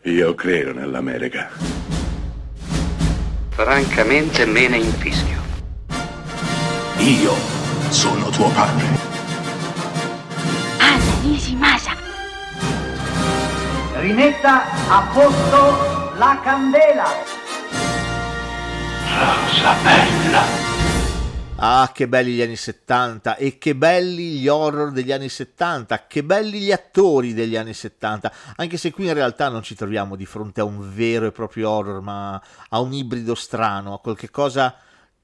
Io credo nell'America. Francamente me ne infischio. Io sono tuo padre. Anna Nishimasa. Rimetta a posto la candela. Rosa bella. Ah, che belli gli anni 70 e che belli gli horror degli anni 70, che belli gli attori degli anni 70, anche se qui in realtà non ci troviamo di fronte a un vero e proprio horror, ma a un ibrido strano, a qualche cosa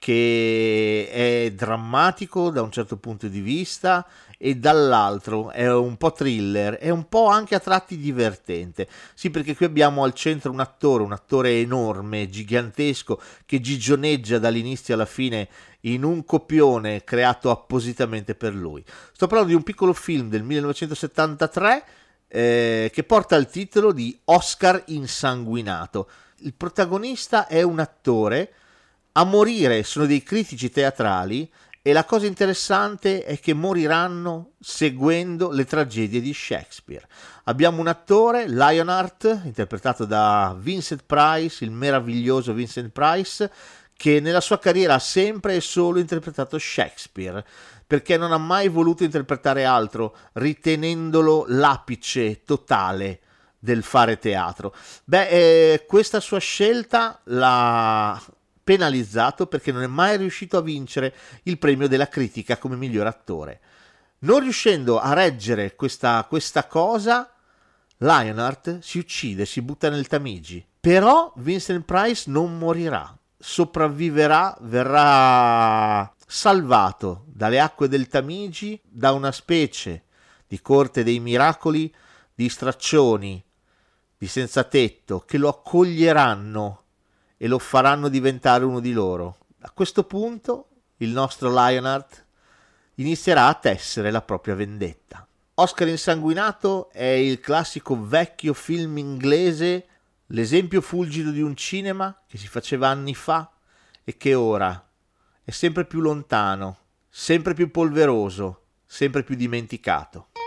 che è drammatico da un certo punto di vista e dall'altro è un po' thriller, è un po' anche a tratti divertente. Sì, perché qui abbiamo al centro un attore enorme, gigantesco, che gigioneggia dall'inizio alla fine in un copione creato appositamente per lui. Sto parlando di un piccolo film del 1973 che porta il titolo di Oscar insanguinato. Il protagonista è un attore, a morire sono dei critici teatrali e la cosa interessante è che moriranno seguendo le tragedie di Shakespeare. Abbiamo un attore, Lionheart, interpretato da Vincent Price, il meraviglioso Vincent Price, che nella sua carriera ha sempre e solo interpretato Shakespeare, perché non ha mai voluto interpretare altro, ritenendolo l'apice totale del fare teatro. Questa sua scelta l'ha penalizzato perché non è mai riuscito a vincere il premio della critica come miglior attore. Non riuscendo a reggere questa cosa, Lionheart si uccide, si butta nel Tamigi. Però Vincent Price non morirà, sopravviverà, verrà salvato dalle acque del Tamigi da una specie di corte dei miracoli, di straccioni, di senza tetto che lo accoglieranno e lo faranno diventare uno di loro. A questo punto il nostro Lionheart inizierà a tessere la propria vendetta. Oscar insanguinato è il classico vecchio film inglese, l'esempio fulgido di un cinema che si faceva anni fa e che ora è sempre più lontano, sempre più polveroso, sempre più dimenticato.